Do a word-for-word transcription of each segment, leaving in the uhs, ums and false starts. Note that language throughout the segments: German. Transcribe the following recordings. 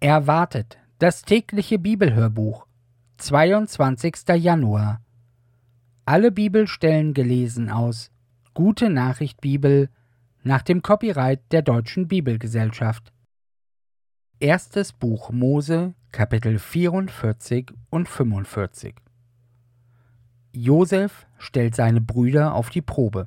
Erwartet, das tägliche Bibelhörbuch, zweiundzwanzigster Januar. Alle Bibelstellen gelesen aus Gute Nachricht Bibel nach dem Copyright der Deutschen Bibelgesellschaft. Erstes Buch Mose, Kapitel vierundvierzig und fünfundvierzig. Josef stellt seine Brüder auf die Probe.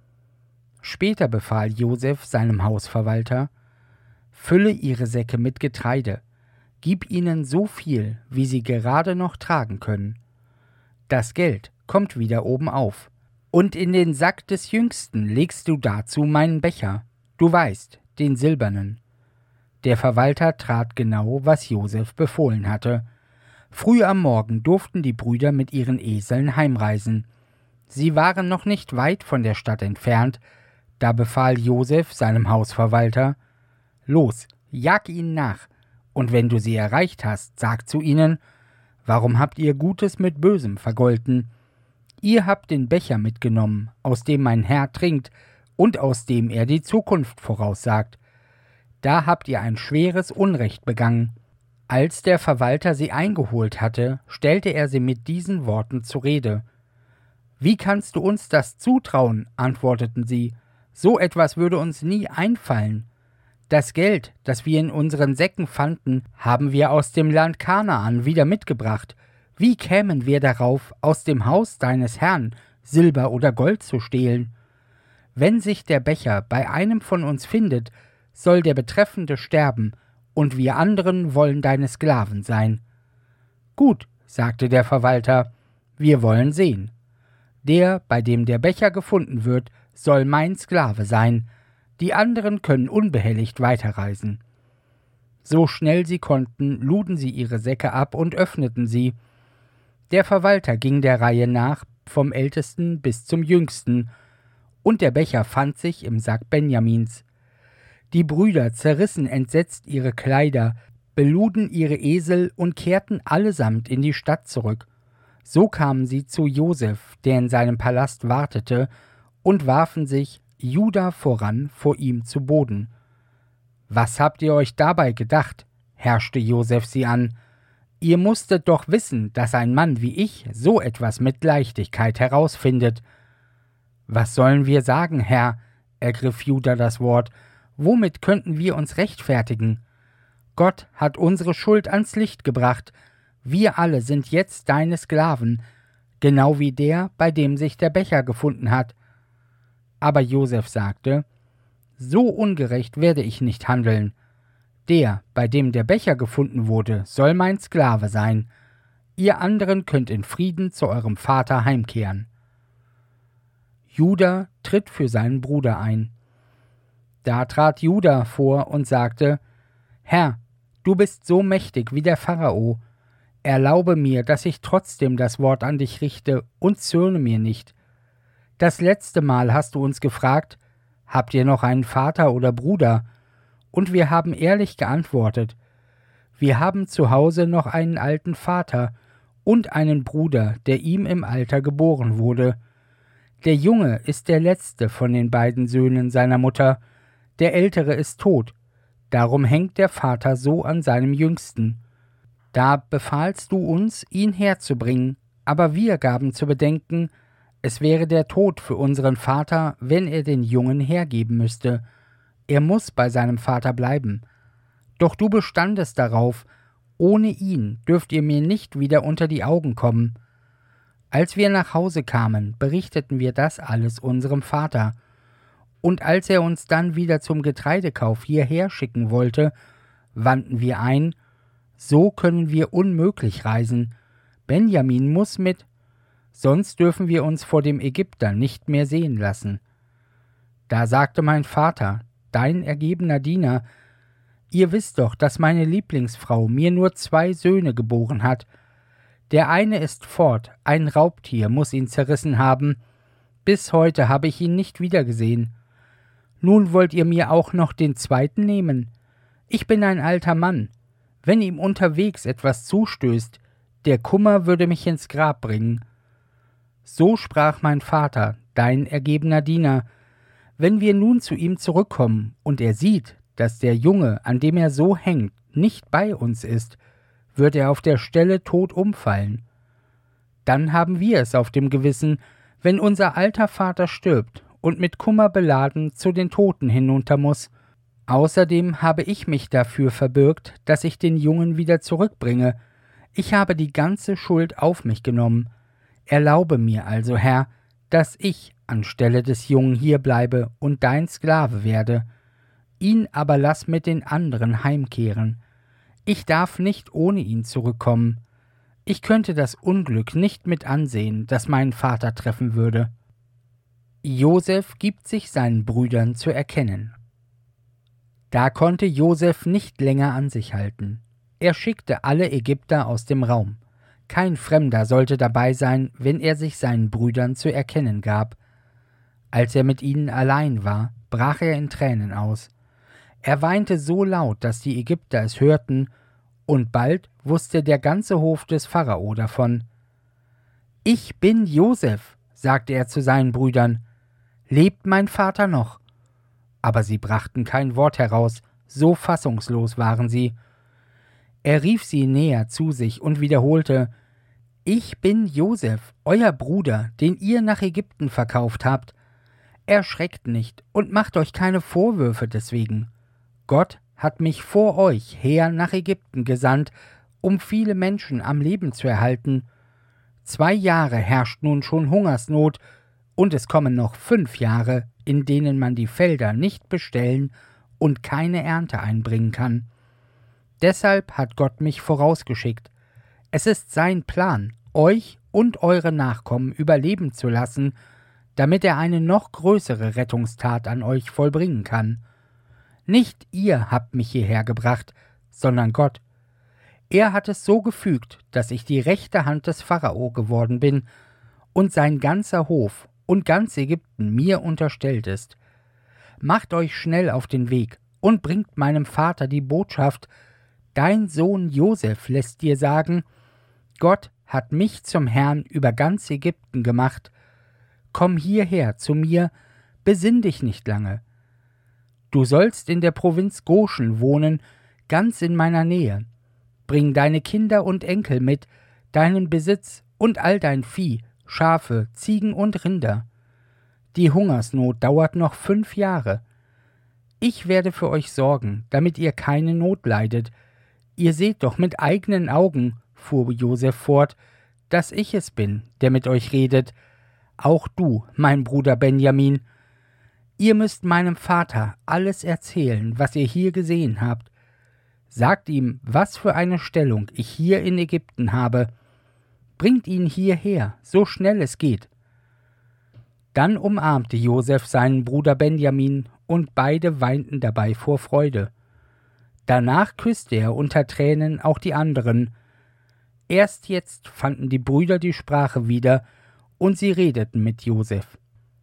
Später befahl Josef seinem Hausverwalter: Fülle ihre Säcke mit Getreide, gib ihnen so viel, wie sie gerade noch tragen können. Das Geld kommt wieder oben auf. Und in den Sack des Jüngsten legst du dazu meinen Becher, du weißt, den silbernen. Der Verwalter tat genau, was Josef befohlen hatte. Früh am Morgen durften die Brüder mit ihren Eseln heimreisen. Sie waren noch nicht weit von der Stadt entfernt, da befahl Josef seinem Hausverwalter: Los, jag ihnen nach, und wenn du sie erreicht hast, sag zu ihnen: Warum habt ihr Gutes mit Bösem vergolten? Ihr habt den Becher mitgenommen, aus dem mein Herr trinkt und aus dem er die Zukunft voraussagt. Da habt ihr ein schweres Unrecht begangen. Als der Verwalter sie eingeholt hatte, stellte er sie mit diesen Worten zur Rede. Wie kannst du uns das zutrauen? Antworteten sie. So etwas würde uns nie einfallen. Das Geld, das wir in unseren Säcken fanden, haben wir aus dem Land Kanaan wieder mitgebracht. Wie kämen wir darauf, aus dem Haus deines Herrn Silber oder Gold zu stehlen? Wenn sich der Becher bei einem von uns findet, soll der Betreffende sterben, und wir anderen wollen deine Sklaven sein. Gut, sagte der Verwalter, wir wollen sehen. Der, bei dem der Becher gefunden wird, soll mein Sklave sein. Die anderen können unbehelligt weiterreisen. So schnell sie konnten, luden sie ihre Säcke ab und öffneten sie. Der Verwalter ging der Reihe nach, vom Ältesten bis zum Jüngsten, und der Becher fand sich im Sack Benjamins. Die Brüder zerrissen entsetzt ihre Kleider, beluden ihre Esel und kehrten allesamt in die Stadt zurück. So kamen sie zu Josef, der in seinem Palast wartete, und warfen sich, Juda voran, vor ihm zu Boden. »Was habt ihr euch dabei gedacht?« herrschte Josef sie an. »Ihr musstet doch wissen, dass ein Mann wie ich so etwas mit Leichtigkeit herausfindet.« »Was sollen wir sagen, Herr?« ergriff Juda das Wort. »Womit könnten wir uns rechtfertigen? Gott hat unsere Schuld ans Licht gebracht. Wir alle sind jetzt deine Sklaven, genau wie der, bei dem sich der Becher gefunden hat.« Aber Josef sagte: »So ungerecht werde ich nicht handeln. Der, bei dem der Becher gefunden wurde, soll mein Sklave sein. Ihr anderen könnt in Frieden zu eurem Vater heimkehren.« Juda tritt für seinen Bruder ein. Da trat Juda vor und sagte: »Herr, du bist so mächtig wie der Pharao. Erlaube mir, dass ich trotzdem das Wort an dich richte, und zürne mir nicht. Das letzte Mal hast du uns gefragt: Habt ihr noch einen Vater oder Bruder? Und wir haben ehrlich geantwortet: Wir haben zu Hause noch einen alten Vater und einen Bruder, der ihm im Alter geboren wurde. Der Junge ist der letzte von den beiden Söhnen seiner Mutter, der ältere ist tot, darum hängt der Vater so an seinem Jüngsten. Da befahlst du uns, ihn herzubringen, aber wir gaben zu bedenken, es wäre der Tod für unseren Vater, wenn er den Jungen hergeben müsste. Er muss bei seinem Vater bleiben. Doch du bestandest darauf, ohne ihn dürft ihr mir nicht wieder unter die Augen kommen. Als wir nach Hause kamen, berichteten wir das alles unserem Vater. Und als er uns dann wieder zum Getreidekauf hierher schicken wollte, wandten wir ein: So können wir unmöglich reisen. Benjamin muss mit, sonst dürfen wir uns vor dem Ägypter nicht mehr sehen lassen. Da sagte mein Vater, dein ergebener Diener: Ihr wisst doch, dass meine Lieblingsfrau mir nur zwei Söhne geboren hat. Der eine ist fort, ein Raubtier muss ihn zerrissen haben. Bis heute habe ich ihn nicht wiedergesehen. Nun wollt ihr mir auch noch den zweiten nehmen? Ich bin ein alter Mann. Wenn ihm unterwegs etwas zustößt, der Kummer würde mich ins Grab bringen. So sprach mein Vater, dein ergebener Diener. Wenn wir nun zu ihm zurückkommen und er sieht, dass der Junge, an dem er so hängt, nicht bei uns ist, wird er auf der Stelle tot umfallen. Dann haben wir es auf dem Gewissen, wenn unser alter Vater stirbt und mit Kummer beladen zu den Toten hinunter muß. Außerdem habe ich mich dafür verbürgt, dass ich den Jungen wieder zurückbringe. Ich habe die ganze Schuld auf mich genommen. Erlaube mir also, Herr, dass ich anstelle des Jungen hier bleibe und dein Sklave werde. Ihn aber lass mit den anderen heimkehren. Ich darf nicht ohne ihn zurückkommen. Ich könnte das Unglück nicht mit ansehen, das meinen Vater treffen würde. Josef gibt sich seinen Brüdern zu erkennen. Da konnte Josef nicht länger an sich halten. Er schickte alle Ägypter aus dem Raum. Kein Fremder sollte dabei sein, wenn er sich seinen Brüdern zu erkennen gab. Als er mit ihnen allein war, brach er in Tränen aus. Er weinte so laut, dass die Ägypter es hörten, und bald wusste der ganze Hof des Pharao davon. »Ich bin Josef«, sagte er zu seinen Brüdern. »Lebt mein Vater noch?« Aber sie brachten kein Wort heraus, so fassungslos waren sie. Er rief sie näher zu sich und wiederholte: »Ich bin Josef, euer Bruder, den ihr nach Ägypten verkauft habt. Erschreckt nicht und macht euch keine Vorwürfe deswegen. Gott hat mich vor euch her nach Ägypten gesandt, um viele Menschen am Leben zu erhalten. Zwei Jahre herrscht nun schon Hungersnot, und es kommen noch fünf Jahre, in denen man die Felder nicht bestellen und keine Ernte einbringen kann. Deshalb hat Gott mich vorausgeschickt. Es ist sein Plan, euch und eure Nachkommen überleben zu lassen, damit er eine noch größere Rettungstat an euch vollbringen kann. Nicht ihr habt mich hierher gebracht, sondern Gott. Er hat es so gefügt, dass ich die rechte Hand des Pharao geworden bin und sein ganzer Hof und ganz Ägypten mir unterstellt ist. Macht euch schnell auf den Weg und bringt meinem Vater die Botschaft: Dein Sohn Josef lässt dir sagen, Gott hat mich zum Herrn über ganz Ägypten gemacht. Komm hierher zu mir, besinn dich nicht lange. Du sollst in der Provinz Goshen wohnen, ganz in meiner Nähe. Bring deine Kinder und Enkel mit, deinen Besitz und all dein Vieh, Schafe, Ziegen und Rinder. Die Hungersnot dauert noch fünf Jahre. Ich werde für euch sorgen, damit ihr keine Not leidet. Ihr seht doch mit eigenen Augen, fuhr Josef fort, dass ich es bin, der mit euch redet. Auch du, mein Bruder Benjamin. Ihr müsst meinem Vater alles erzählen, was ihr hier gesehen habt. Sagt ihm, was für eine Stellung ich hier in Ägypten habe. Bringt ihn hierher, so schnell es geht.« Dann umarmte Josef seinen Bruder Benjamin, und beide weinten dabei vor Freude. Danach küsste er unter Tränen auch die anderen. Erst jetzt fanden die Brüder die Sprache wieder, und sie redeten mit Josef.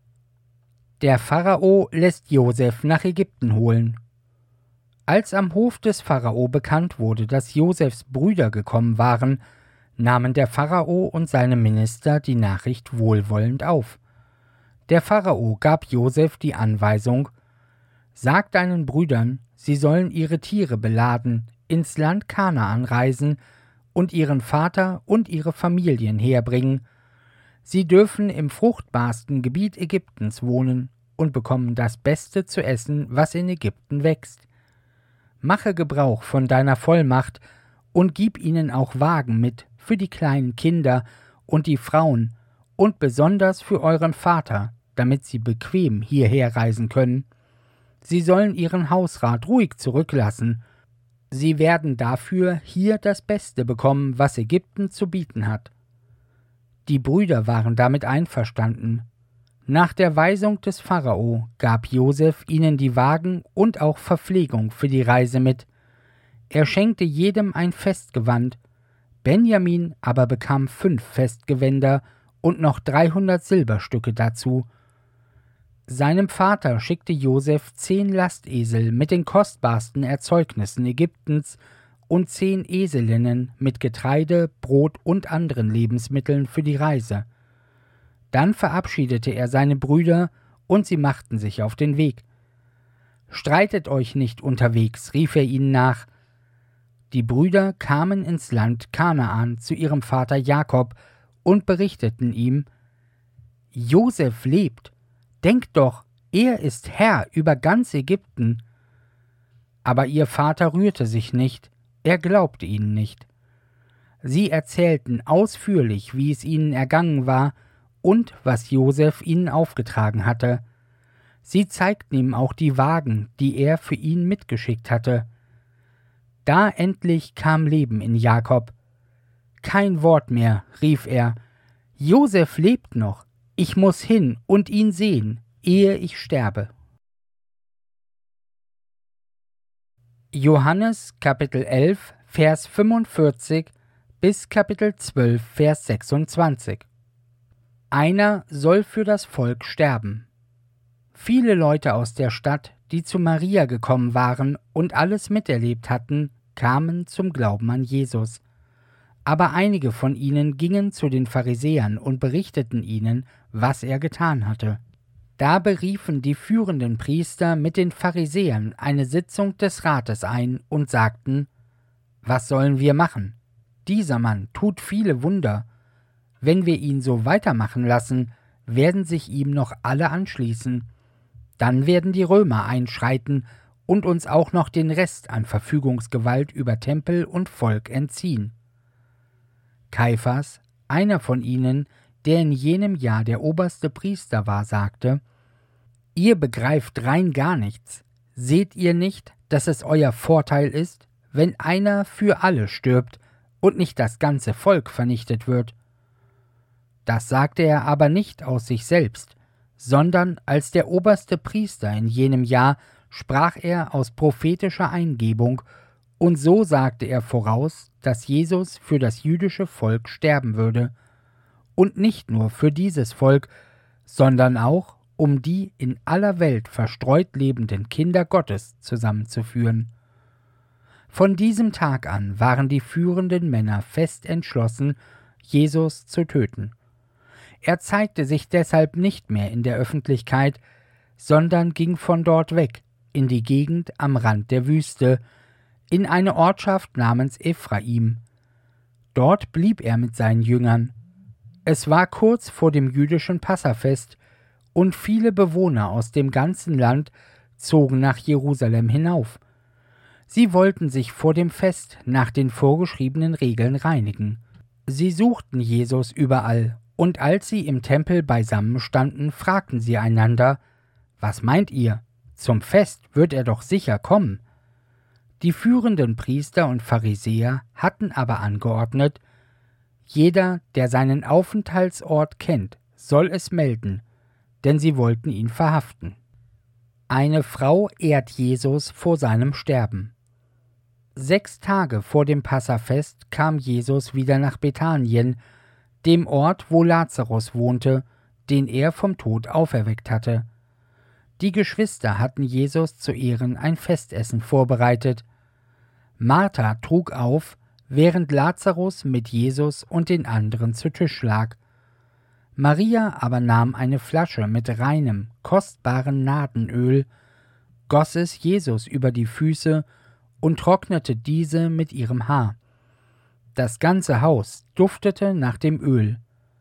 Der Pharao lässt Josef nach Ägypten holen. Als am Hof des Pharao bekannt wurde, dass Josefs Brüder gekommen waren, nahmen der Pharao und seine Minister die Nachricht wohlwollend auf. Der Pharao gab Josef die Anweisung: »Sag deinen Brüdern, sie sollen ihre Tiere beladen, ins Land Kanaan reisen und ihren Vater und ihre Familien herbringen. Sie dürfen im fruchtbarsten Gebiet Ägyptens wohnen und bekommen das Beste zu essen, was in Ägypten wächst. Mache Gebrauch von deiner Vollmacht und gib ihnen auch Wagen mit für die kleinen Kinder und die Frauen und besonders für euren Vater, damit sie bequem hierher reisen können. Sie sollen ihren Hausrat ruhig zurücklassen. Sie werden dafür hier das Beste bekommen, was Ägypten zu bieten hat.« Die Brüder waren damit einverstanden. Nach der Weisung des Pharao gab Josef ihnen die Wagen und auch Verpflegung für die Reise mit. Er schenkte jedem ein Festgewand. Benjamin aber bekam fünf Festgewänder und noch dreihundert Silberstücke dazu. Seinem Vater schickte Josef zehn Lastesel mit den kostbarsten Erzeugnissen Ägyptens und zehn Eselinnen mit Getreide, Brot und anderen Lebensmitteln für die Reise. Dann verabschiedete er seine Brüder, und sie machten sich auf den Weg. »Streitet euch nicht unterwegs«, rief er ihnen nach. Die Brüder kamen ins Land Kanaan zu ihrem Vater Jakob und berichteten ihm: Josef lebt, denkt doch, er ist Herr über ganz Ägypten. Aber ihr Vater rührte sich nicht, er glaubte ihnen nicht. Sie erzählten ausführlich, wie es ihnen ergangen war und was Josef ihnen aufgetragen hatte. Sie zeigten ihm auch die Wagen, die er für ihn mitgeschickt hatte. Da endlich kam Leben in Jakob. Kein Wort mehr, rief er. Josef lebt noch. Ich muß hin und ihn sehen, ehe ich sterbe. Johannes Kapitel elf, Vers fünfundvierzig bis Kapitel zwölf, Vers sechsundzwanzig. Einer soll für das Volk sterben. Viele Leute aus der Stadt, die zu Maria gekommen waren und alles miterlebt hatten, kamen zum Glauben an Jesus. Aber einige von ihnen gingen zu den Pharisäern und berichteten ihnen, was er getan hatte. Da beriefen die führenden Priester mit den Pharisäern eine Sitzung des Rates ein und sagten: Was sollen wir machen? Dieser Mann tut viele Wunder. Wenn wir ihn so weitermachen lassen, werden sich ihm noch alle anschließen. Dann werden die Römer einschreiten und uns auch noch den Rest an Verfügungsgewalt über Tempel und Volk entziehen. Kaiphas, einer von ihnen, der in jenem Jahr der oberste Priester war, sagte: Ihr begreift rein gar nichts. Seht ihr nicht, dass es euer Vorteil ist, wenn einer für alle stirbt und nicht das ganze Volk vernichtet wird? Das sagte er aber nicht aus sich selbst, sondern als der oberste Priester in jenem Jahr sprach er aus prophetischer Eingebung, und so sagte er voraus, dass Jesus für das jüdische Volk sterben würde, und nicht nur für dieses Volk, sondern auch, um die in aller Welt verstreut lebenden Kinder Gottes zusammenzuführen. Von diesem Tag an waren die führenden Männer fest entschlossen, Jesus zu töten. Er zeigte sich deshalb nicht mehr in der Öffentlichkeit, sondern ging von dort weg, in die Gegend am Rand der Wüste, in eine Ortschaft namens Ephraim. Dort blieb er mit seinen Jüngern. Es war kurz vor dem jüdischen Passafest, und viele Bewohner aus dem ganzen Land zogen nach Jerusalem hinauf. Sie wollten sich vor dem Fest nach den vorgeschriebenen Regeln reinigen. Sie suchten Jesus überall, und als sie im Tempel beisammen standen, fragten sie einander: Was meint ihr? Zum Fest wird er doch sicher kommen. Die führenden Priester und Pharisäer hatten aber angeordnet: Jeder, der seinen Aufenthaltsort kennt, soll es melden, denn sie wollten ihn verhaften. Eine Frau ehrt Jesus vor seinem Sterben. Sechs Tage vor dem Passafest kam Jesus wieder nach Bethanien, dem Ort, wo Lazarus wohnte, den er vom Tod auferweckt hatte. Die Geschwister hatten Jesus zu Ehren ein Festessen vorbereitet. Martha trug auf, während Lazarus mit Jesus und den anderen zu Tisch lag. Maria aber nahm eine Flasche mit reinem, kostbaren Nadenöl, goss es Jesus über die Füße und trocknete diese mit ihrem Haar. Das ganze Haus duftete nach dem Öl.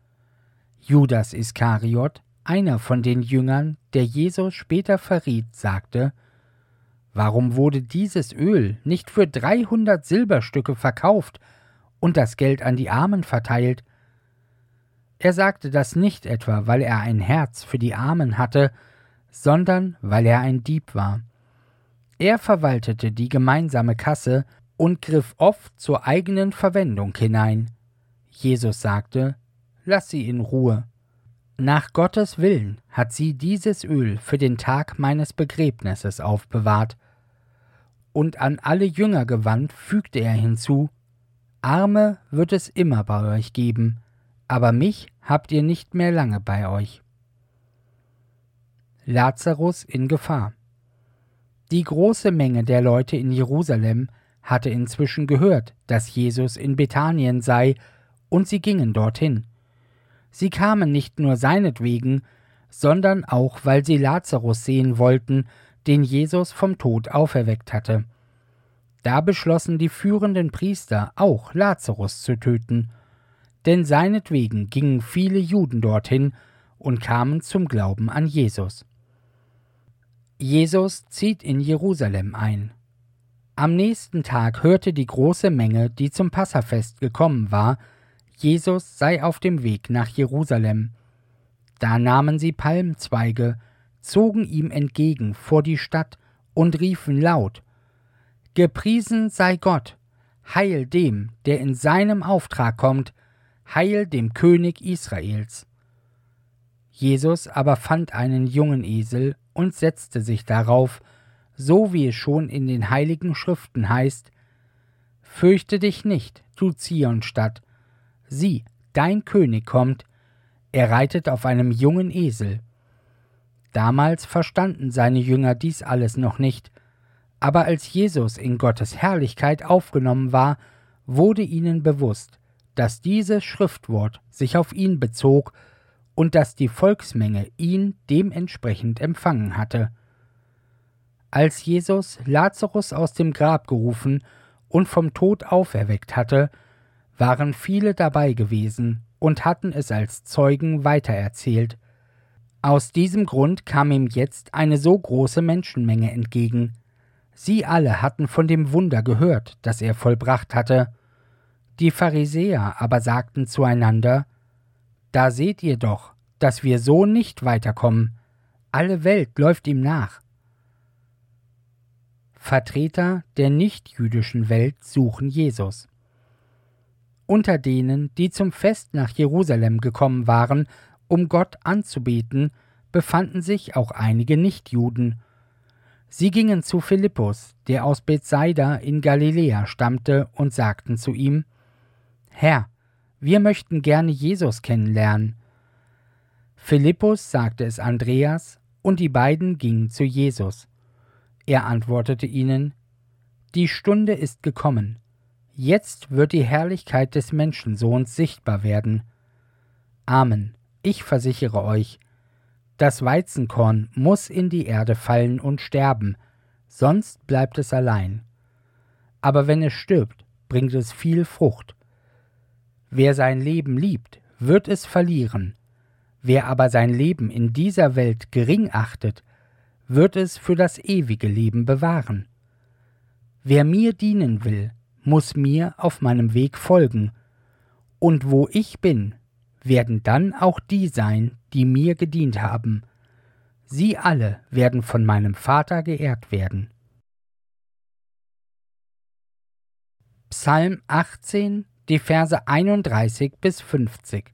Judas Iskariot, einer von den Jüngern, der Jesus später verriet, sagte: Warum wurde dieses Öl nicht für dreihundert Silberstücke verkauft und das Geld an die Armen verteilt? Er sagte das nicht etwa, weil er ein Herz für die Armen hatte, sondern weil er ein Dieb war. Er verwaltete die gemeinsame Kasse und griff oft zur eigenen Verwendung hinein. Jesus sagte: Lass sie in Ruhe. Nach Gottes Willen hat sie dieses Öl für den Tag meines Begräbnisses aufbewahrt. Und an alle Jünger gewandt fügte er hinzu: Arme wird es immer bei euch geben, aber mich habt ihr nicht mehr lange bei euch. Lazarus in Gefahr. Die große Menge der Leute in Jerusalem hatte inzwischen gehört, dass Jesus in Bethanien sei, und sie gingen dorthin. Sie kamen nicht nur seinetwegen, sondern auch, weil sie Lazarus sehen wollten, den Jesus vom Tod auferweckt hatte. Da beschlossen die führenden Priester auch Lazarus zu töten, denn seinetwegen gingen viele Juden dorthin und kamen zum Glauben an Jesus. Jesus zieht in Jerusalem ein. Am nächsten Tag hörte die große Menge, die zum Passafest gekommen war, Jesus sei auf dem Weg nach Jerusalem. Da nahmen sie Palmzweige, zogen ihm entgegen vor die Stadt und riefen laut: Gepriesen sei Gott, Heil dem, der in seinem Auftrag kommt, Heil dem König Israels. Jesus aber fand einen jungen Esel und setzte sich darauf, so wie es schon in den heiligen Schriften heißt: Fürchte dich nicht, du Zionstadt, sieh, dein König kommt, er reitet auf einem jungen Esel. Damals verstanden seine Jünger dies alles noch nicht, aber als Jesus in Gottes Herrlichkeit aufgenommen war, wurde ihnen bewusst, dass dieses Schriftwort sich auf ihn bezog und dass die Volksmenge ihn dementsprechend empfangen hatte. Als Jesus Lazarus aus dem Grab gerufen und vom Tod auferweckt hatte, waren viele dabei gewesen und hatten es als Zeugen weitererzählt. Aus diesem Grund kam ihm jetzt eine so große Menschenmenge entgegen. Sie alle hatten von dem Wunder gehört, das er vollbracht hatte. Die Pharisäer aber sagten zueinander: Da seht ihr doch, dass wir so nicht weiterkommen. Alle Welt läuft ihm nach. Vertreter der nichtjüdischen Welt suchen Jesus. Unter denen, die zum Fest nach Jerusalem gekommen waren, um Gott anzubeten, befanden sich auch einige Nichtjuden. Sie gingen zu Philippus, der aus Bethsaida in Galiläa stammte, und sagten zu ihm: Herr, wir möchten gerne Jesus kennenlernen. Philippus sagte es Andreas, und die beiden gingen zu Jesus. Er antwortete ihnen: Die Stunde ist gekommen. Jetzt wird die Herrlichkeit des Menschensohns sichtbar werden. Amen, ich versichere euch, das Weizenkorn muss in die Erde fallen und sterben, sonst bleibt es allein. Aber wenn es stirbt, bringt es viel Frucht. Wer sein Leben liebt, wird es verlieren. Wer aber sein Leben in dieser Welt gering achtet, wird es für das ewige Leben bewahren. Wer mir dienen will, muss mir auf meinem Weg folgen, und wo ich bin, werden dann auch die sein, die mir gedient haben. Sie alle werden von meinem Vater geehrt werden. Psalm achtzehn, die Verse einunddreißig bis fünfzig.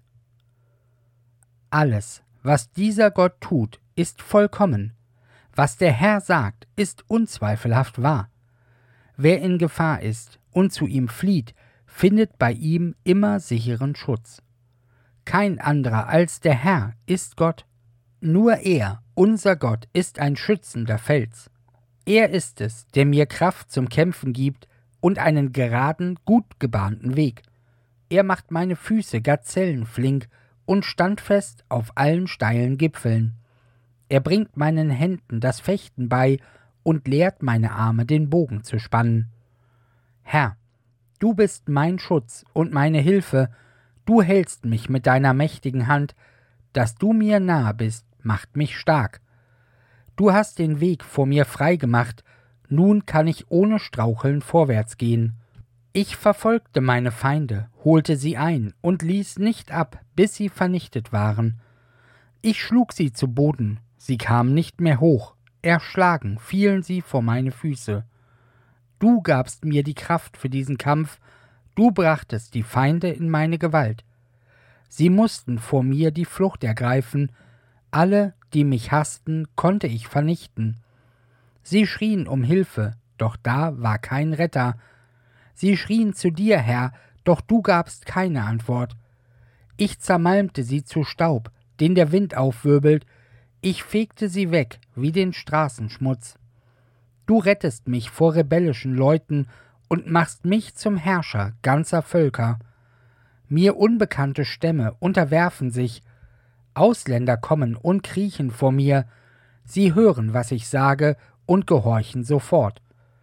Alles, was dieser Gott tut, ist vollkommen. Was der Herr sagt, ist unzweifelhaft wahr. Wer in Gefahr ist und zu ihm flieht, findet bei ihm immer sicheren Schutz. Kein anderer als der Herr ist Gott. Nur er, unser Gott, ist ein schützender Fels. Er ist es, der mir Kraft zum Kämpfen gibt und einen geraden, gut gebahnten Weg. Er macht meine Füße gazellenflink und standfest auf allen steilen Gipfeln. Er bringt meinen Händen das Fechten bei und lehrt meine Arme den Bogen zu spannen. Herr, du bist mein Schutz und meine Hilfe, du hältst mich mit deiner mächtigen Hand, dass du mir nahe bist, macht mich stark. Du hast den Weg vor mir frei gemacht, nun kann ich ohne Straucheln vorwärts gehen. Ich verfolgte meine Feinde, holte sie ein und ließ nicht ab, bis sie vernichtet waren. Ich schlug sie zu Boden, sie kamen nicht mehr hoch, erschlagen fielen sie vor meine Füße. Du gabst mir die Kraft für diesen Kampf, du brachtest die Feinde in meine Gewalt. Sie mussten vor mir die Flucht ergreifen, alle, die mich hassten, konnte ich vernichten. Sie schrien um Hilfe, doch da war kein Retter. Sie schrien zu dir, Herr, doch du gabst keine Antwort. Ich zermalmte sie zu Staub, den der Wind aufwirbelt, ich fegte sie weg wie den Straßenschmutz. Du rettest mich vor rebellischen Leuten und machst mich zum Herrscher ganzer Völker. Mir unbekannte Stämme unterwerfen sich, Ausländer kommen und kriechen vor mir, sie hören, was ich sage, und gehorchen sofort.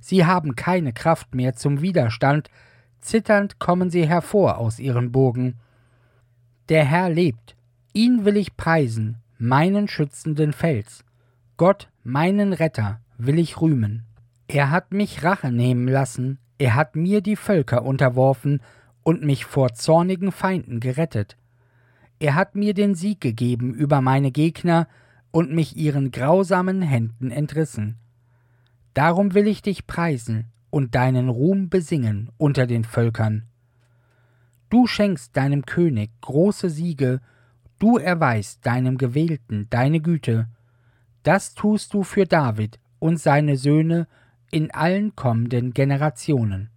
Sie haben keine Kraft mehr zum Widerstand, zitternd kommen sie hervor aus ihren Burgen. Der Herr lebt, ihn will ich preisen, meinen schützenden Fels. Gott, meinen Retter, will ich rühmen. Er hat mich Rache nehmen lassen, er hat mir die Völker unterworfen und mich vor zornigen Feinden gerettet. Er hat mir den Sieg gegeben über meine Gegner und mich ihren grausamen Händen entrissen. Darum will ich dich preisen und deinen Ruhm besingen unter den Völkern. Du schenkst deinem König große Siege, du erweist deinem Gewählten deine Güte. Das tust du für David und seine Söhne in allen kommenden Generationen.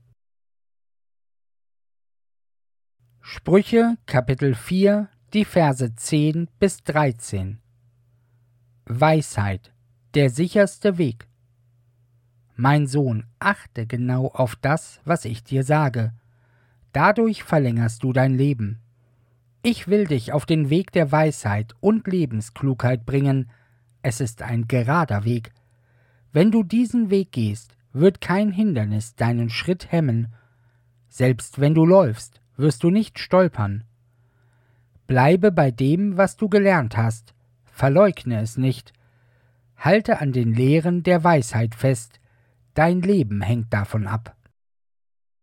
Sprüche Kapitel vier, die Verse zehn bis dreizehn. Weisheit, der sicherste Weg. Mein Sohn, achte genau auf das, was ich dir sage. Dadurch verlängerst du dein Leben. Ich will dich auf den Weg der Weisheit und Lebensklugheit bringen. Es ist ein gerader Weg. Wenn du diesen Weg gehst, wird kein Hindernis deinen Schritt hemmen. Selbst wenn du läufst, wirst du nicht stolpern. Bleibe bei dem, was du gelernt hast. Verleugne es nicht. Halte an den Lehren der Weisheit fest. Dein Leben hängt davon ab.